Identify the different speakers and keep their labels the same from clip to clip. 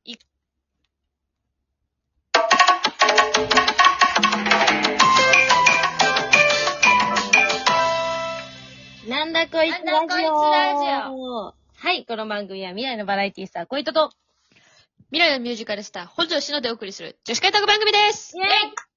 Speaker 1: なんだこいつラジオ。はい、この番組は未来のバラエティスター、小糸と、
Speaker 2: 未来のミュージカルスター、本庄しのでお送りする女子会トーク番組です。
Speaker 1: イェイ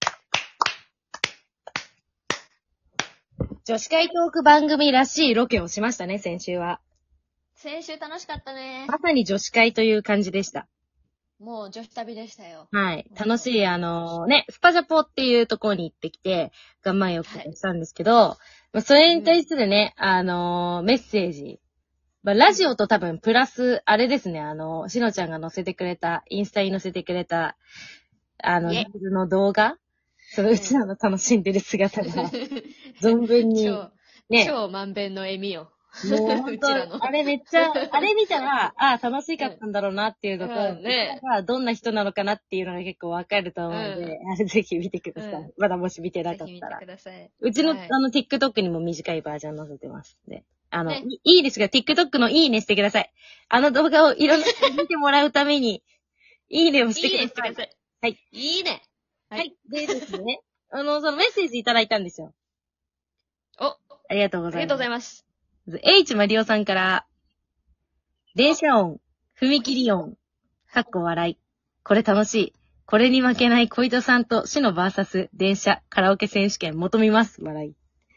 Speaker 1: 女子会トーク番組らしいロケをしましたね、先週は。
Speaker 2: 先週楽しかったね。
Speaker 1: まさに女子会という感じでした。
Speaker 2: もう女子旅でしたよ。
Speaker 1: はい。楽しい、スパジャポっていうところに行ってきて、我慢よくしたんですけど、それに対するね、メッセージ。ラジオと多分プラス、あれですね、しのちゃんが載せてくれた、インスタに載せてくれた、リールの動画、そのうちらの楽しんでる姿が、存分に、
Speaker 2: 超満遍の笑みよ。
Speaker 1: もう本当、あれめっちゃ、あれ見たら、楽しかったんだろうなっていうのと、どんな人なのかなっていうのが結構わかると思うので、ぜひ見てください。まだもし見てなかったら。うちの、TikTok にも短いバージョン載せてますんで。いいですが、TikTok のいいねしてください。あの動画をいろんな人に見てもらうために、いいねをしてください。はい。
Speaker 2: いいね。
Speaker 1: はい。でですね、そのメッセージいただいたんですよ。
Speaker 2: あ
Speaker 1: りがとうございます。
Speaker 2: ありがとうございます。
Speaker 1: H マリオさんから、電車音、踏切音、笑い。これ楽しい。これに負けない小糸さんとシノバーサス電車カラオケ選手権求めます。笑い。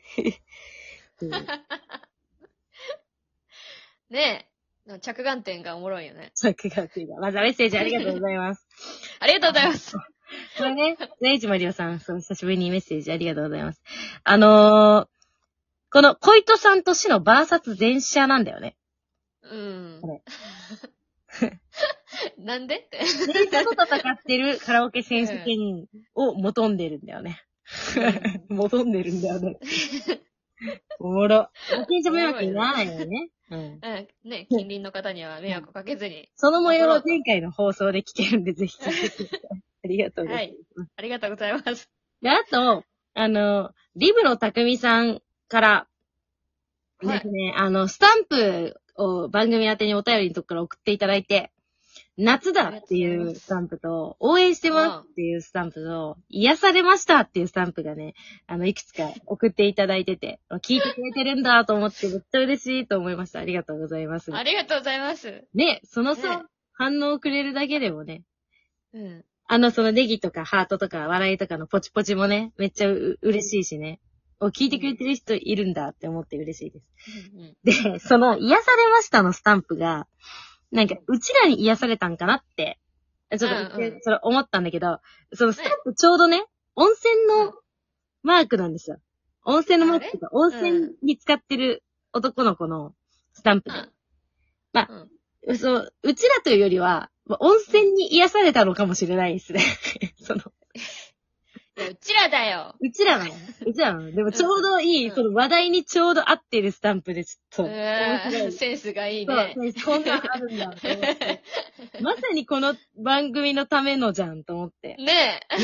Speaker 2: ねえ。着眼点がおもろいよね。
Speaker 1: 着眼点が。まずはメッセージありがとうございます。
Speaker 2: ありがとうございます。
Speaker 1: これね、H マリオさん、久しぶりにメッセージありがとうございます。この小糸さんとシノバーサス電車なんだよね。
Speaker 2: なんでって。
Speaker 1: 電車と戦ってるカラオケ選手権を求んでるんだよね。求んでるんだよね。おもろ。電車迷惑にならないよね。
Speaker 2: ね、近隣の方には迷惑かけずに。
Speaker 1: その模様を前回の放送で聞けるんで、ぜひ聞いてください。ありがとうございます。
Speaker 2: はい。ありがとうございます。
Speaker 1: で、あと、リブのたくみさんからですね、スタンプを番組宛てにお便りのとこから送っていただいて、夏だっていうスタンプと、応援してますっていうスタンプと、癒されましたっていうスタンプがね、いくつか送っていただいてて、聞いてくれてるんだと思ってめっちゃ嬉しいと思いました。ありがとうございます。
Speaker 2: ありがとうございます。
Speaker 1: ね、そのさ、反応をくれるだけでもね、
Speaker 2: そ
Speaker 1: のネギとかハートとか笑いとかのポチポチもね、めっちゃ嬉しいしね。聞いてくれてる人いるんだって思って嬉しいです。で、その癒されましたのスタンプが、なんか、うちらに癒されたんかなって、ちょっと、それ思ったんだけど、そのスタンプちょうどね、温泉のマークなんですよ。温泉のマークとか、温泉に使ってる男の子のスタンプで。まあ、うちらというよりは、温泉に癒されたのかもしれないですね。
Speaker 2: うちらだよ。
Speaker 1: うちらなの。でもちょうどいい、その話題にちょうど合ってるスタンプでちょっと。
Speaker 2: センスがいいね。
Speaker 1: そう、こんなんあるんだと思って。まさにこの番組のためのじゃんと思って。
Speaker 2: ねえ。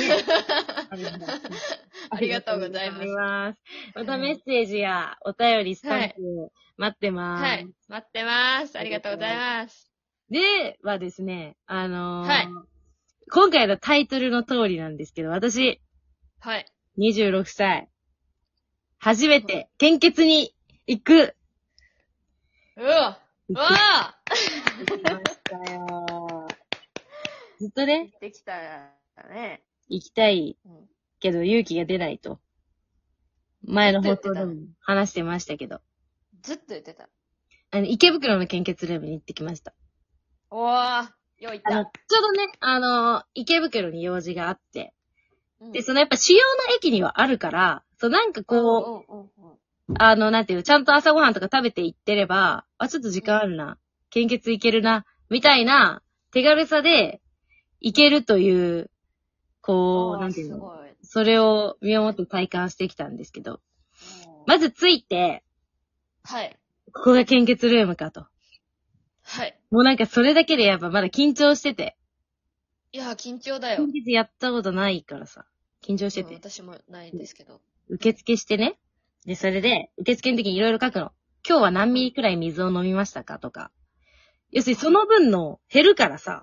Speaker 2: ありがとうございます。
Speaker 1: またメッセージやお便りスタンプ待ってます。
Speaker 2: はい。待ってます。ありがとうございます。
Speaker 1: で、はですね、今回のタイトルの通りなんですけど、私、26歳。初めて、献血に行く。
Speaker 2: うわうわ
Speaker 1: 行きましたよ。ずっとね。
Speaker 2: 行ってきたね。
Speaker 1: 行きたいけど勇気が出ないと。前の放送でも話してましたけど。
Speaker 2: ずっと言ってた。
Speaker 1: 池袋の献血ルームに行ってきました。
Speaker 2: おー、よいった。
Speaker 1: ちょうどね、池袋に用事があって。で、やっぱ主要な駅にはあるから、なんかこう、なんていうの、ちゃんと朝ごはんとか食べて行ってれば、ちょっと時間あるな、献血行けるな、みたいな手軽さで行けるという、こう、なんていうの、それを身をもって体感してきたんですけど、まず着いて、ここが献血ルームかと。もうなんかそれだけでやっぱまだ緊張してて。
Speaker 2: いや、緊張だよ。
Speaker 1: 献血やったことないからさ、緊張してて。
Speaker 2: 私もないんですけど。
Speaker 1: 受付してね。で、それで、受付の時にいろいろ書くの。今日は何ミリくらい水を飲みましたかとか。要するにその分の減るからさ、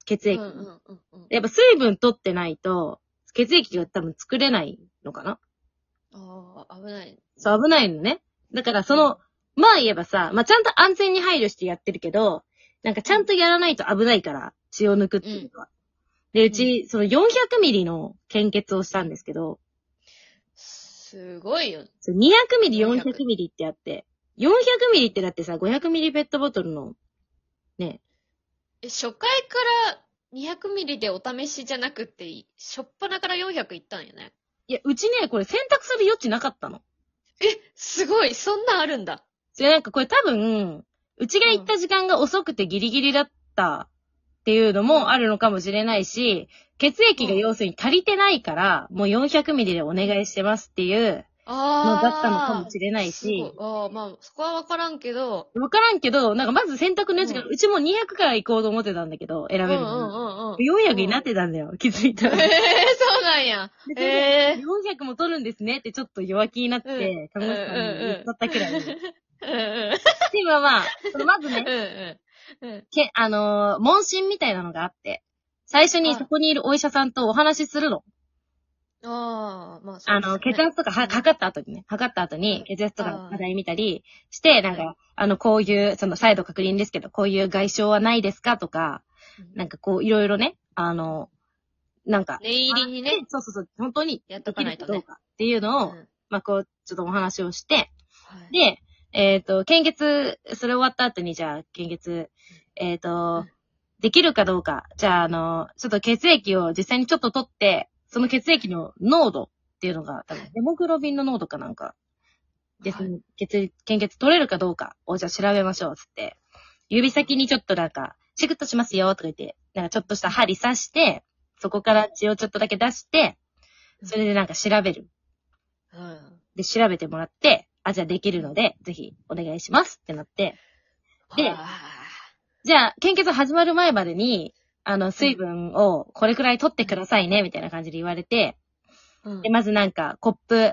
Speaker 1: 血液。やっぱ水分取ってないと、血液が多分作れないのかな。
Speaker 2: ああ、危ない。
Speaker 1: そう、危ないのね。だからまあ言えばさ、まあちゃんと安全に配慮してやってるけど、なんかちゃんとやらないと危ないから、血を抜くっていうのは。で、うち、その400ミリの献血をしたんですけど、
Speaker 2: すごいよ。
Speaker 1: 200ミリ、400ミリってあって、400ミリってだってさ、500ミリペットボトルの、ね。
Speaker 2: 初回から200ミリでお試しじゃなくて、しょっぱなから400いったんよね。
Speaker 1: いや、うちね、これ選択する余地なかったの。
Speaker 2: すごい、そんなんあるんだ。
Speaker 1: なんかこれ多分、うちが行った時間が遅くてギリギリだったっていうのもあるのかもしれないし、血液が要するに足りてないから、もう400ミリでお願いしてますっていうのだったのかもしれないし。
Speaker 2: まあ、そこはわからんけど。
Speaker 1: なんかまず選択のやつが、うちも200から行こうと思ってたんだけど、選べるの。400になってたんだよ、気づいたら。
Speaker 2: そうなんや。
Speaker 1: 400も取るんですねってちょっと弱気になって、看護師さんに言っちゃったくらい。で、まあ、まずね、問診みたいなのがあって、最初にそこにいるお医者さんとお話しするの。
Speaker 2: まあそうですね。
Speaker 1: 血圧とか測った後に、血圧とか課題見たりして、なんか、こういう、再度確認ですけど、こういう外傷はないですかとか、なんかこう、いろいろね、なんか。
Speaker 2: 念入りにね。
Speaker 1: そう、本当に。
Speaker 2: やっとかないとね。
Speaker 1: っていうのを、まあこう、ちょっとお話をして、で、献血、それ終わった後に、じゃあ、献血、できるかどうか、じゃあ、ちょっと血液を実際にちょっと取って、その血液の濃度っていうのが、多分、ヘモグロビンの濃度かなんか、で、その献血取れるかどうかをじゃあ調べましょう、つって。指先にちょっとなんか、チクッとしますよ、とか言って、なんかちょっとした針刺して、そこから血をちょっとだけ出して、それでなんか調べる。で、調べてもらって、じゃあできるので、ぜひお願いしますってなって。で、じゃあ、献血始まる前までに、水分をこれくらい取ってくださいね、みたいな感じで言われて、で、まずなんか、コップ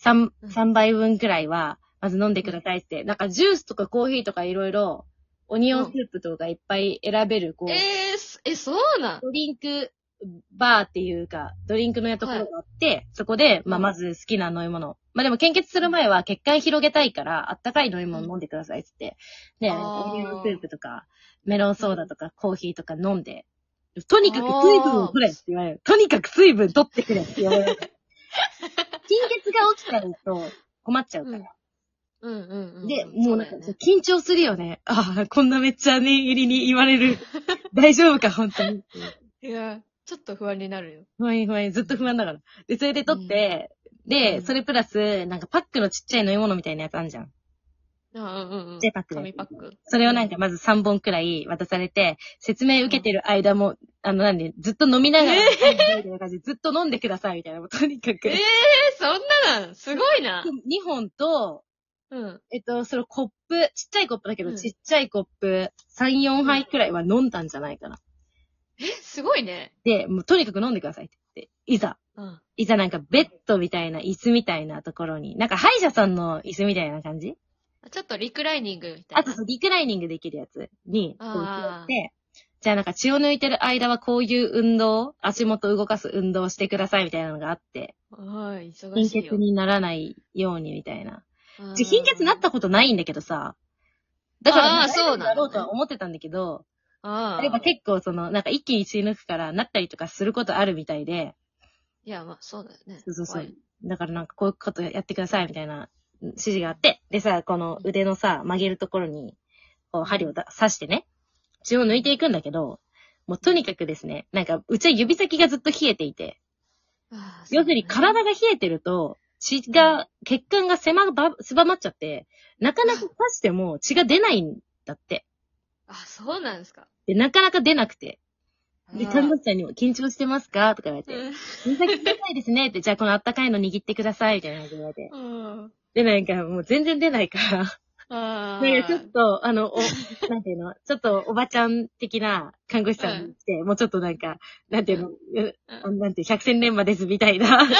Speaker 1: 3杯分くらいは、まず飲んでくださいって、なんかジュースとかコーヒーとかいろいろ、オニオンスープとかいっぱい選べる、こう。
Speaker 2: そうなん？
Speaker 1: ドリンクバーっていうか、ドリンクのところがあって、そこで、まず好きな飲み物。でも献血する前は血管広げたいから、あったかい飲み物飲んでくださいって言って。で、オニオンスープとか、メロンソーダとか、コーヒーとか飲んで、とにかく水分を取れって言われる。とにかく水分取ってくれって言われる。貧血が起きちゃうと困っちゃうから。で、もうなんか、緊張するよね。こんなめっちゃ念入りに言われる。大丈夫か、本当に。
Speaker 2: いや、ちょっと不安になるよ。
Speaker 1: 不安、ずっと不安だから。で、それで取って、で、それプラス、なんかパックのちっちゃい飲み物みたいなやつあるじゃん。ちっちゃいパックで。
Speaker 2: 紙パック。
Speaker 1: それをなんかまず3本くらい渡されて、説明受けてる間も、ずっと飲みながら、ずっと飲んでくださいみたいな、とにかく。
Speaker 2: そんなのすごいな。
Speaker 1: 2本と、そのコップ、ちっちゃいコップだけど、ちっちゃいコップ、3、4杯くらいは飲んだんじゃないかな。
Speaker 2: すごいね。
Speaker 1: で、もうとにかく飲んでくださいって言って、いざなんかベッドみたいな椅子みたいなところに、なんか歯医者さんの椅子みたいな感じ？
Speaker 2: ちょっとリクライニングみたいな。
Speaker 1: そう、リクライニングできるやつに、じゃあなんか血を抜いてる間はこういう運動、足元動かす運動をしてくださいみたいなのがあって、
Speaker 2: 忙しいよ。
Speaker 1: 貧血にならないようにみたいな。貧血なったことないんだけどさ、だからそうだろうとは思ってたんだけど、やっぱ結構なんか一気に血抜くからなったりとかすることあるみたいで。
Speaker 2: いや、まあそうだよね。
Speaker 1: そう。だからなんかこういうことやってくださいみたいな指示があって、でさ、この腕のさ、曲げるところに、こう針を刺してね、血を抜いていくんだけど、もうとにかくですね、なんかうちは指先がずっと冷えていて、要するに体が冷えてると、血管が狭まっちゃって、なかなか刺しても血が出ないんだって。
Speaker 2: そうなんですか。
Speaker 1: で、なかなか出なくて。で、看護師さんにも緊張してますかとか言われて。指先出ないですねって、じゃあこのあったかいの握ってくださいみたいな感じで言われて。で、なんかもう全然出ないから。なんかちょっと、なんていうの、ちょっとおばちゃん的な看護師さんに来て、もうちょっとなんか、なんていうの、なんていう、百戦錬磨ですみたいな。ちょっと、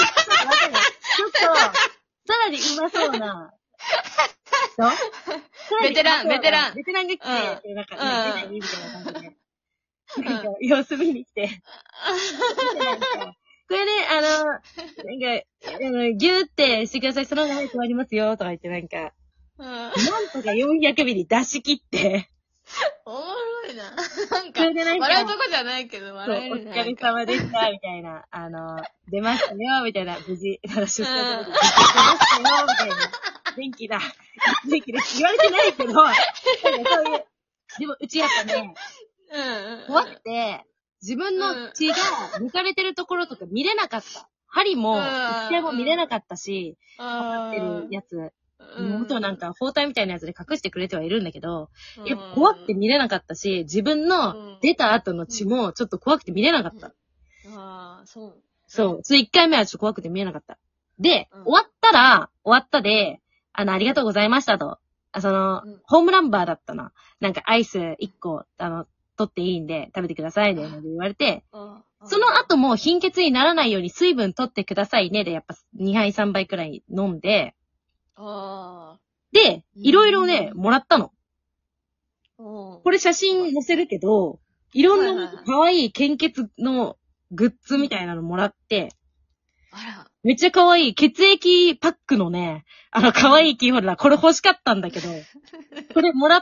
Speaker 1: さらにうまそうな。
Speaker 2: ベテランが来て、
Speaker 1: なんか、出ないみたいな感じで。 なんか、様子見に来て。でなんかこれね、ギューってしてください。そのまま終わりますよ、とか言ってなんか、なんとか400ミリ出し切って、
Speaker 2: おもろいな。なんか、
Speaker 1: それでなんか
Speaker 2: 笑うとこじゃないけど、
Speaker 1: そう、
Speaker 2: 笑えるね。
Speaker 1: お疲れ様でした、みたいな。出ましたよ、みたいな。無事、出所した時に、出ましたよ、みたいな。元気だ。元気です。言われてないけど、なんかそういう、でも、うちやっぱね、怖くて、自分の血が抜かれてるところとか見れなかった。針も、一点も見れなかったし、かかってるやつ、元はなんか包帯みたいなやつで隠してくれてはいるんだけど、やっぱ怖くて見れなかったし、自分の出た後の血もちょっと怖くて見れなかった。
Speaker 2: そう。
Speaker 1: そう。それ1回目はちょっと怖くて見えなかった。で、終わったで、ありがとうございましたと。ホームランバーだったな。なんかアイス1個、取っていいんで食べてくださいね、言われて、その後も貧血にならないように水分取ってくださいねで、やっぱ2杯3杯くらい飲んで、で、いろいろね、もらったの。これ写真載せるけど、いろんな可愛い献血のグッズみたいなのもらって、めっちゃ可愛い血液パックのね、可愛いキーホルダー、これ欲しかったんだけど、これもらって、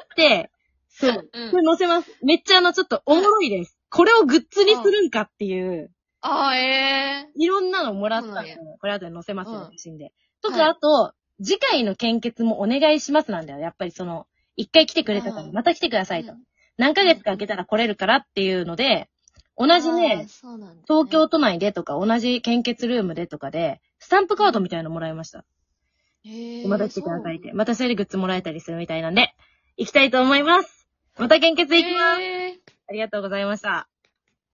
Speaker 1: そう。これ載せます。めっちゃちょっとおもろいです。これをグッズにするんかっていう。いろんなのもらったんですよ。これ後で載せますよ、写真で。とか、あと、次回の献血もお願いしますなんだよ。やっぱり一回来てくれたから、また来てくださいと。何ヶ月か空けたら来れるからっていうので、同じね、東京都内でとか、同じ献血ルームでとかで、スタンプカードみたいなのもらいました。また来てくださいって。またそれでグッズもらえたりするみたいなんで、行きたいと思います。また献血行きます。ありがとうございました。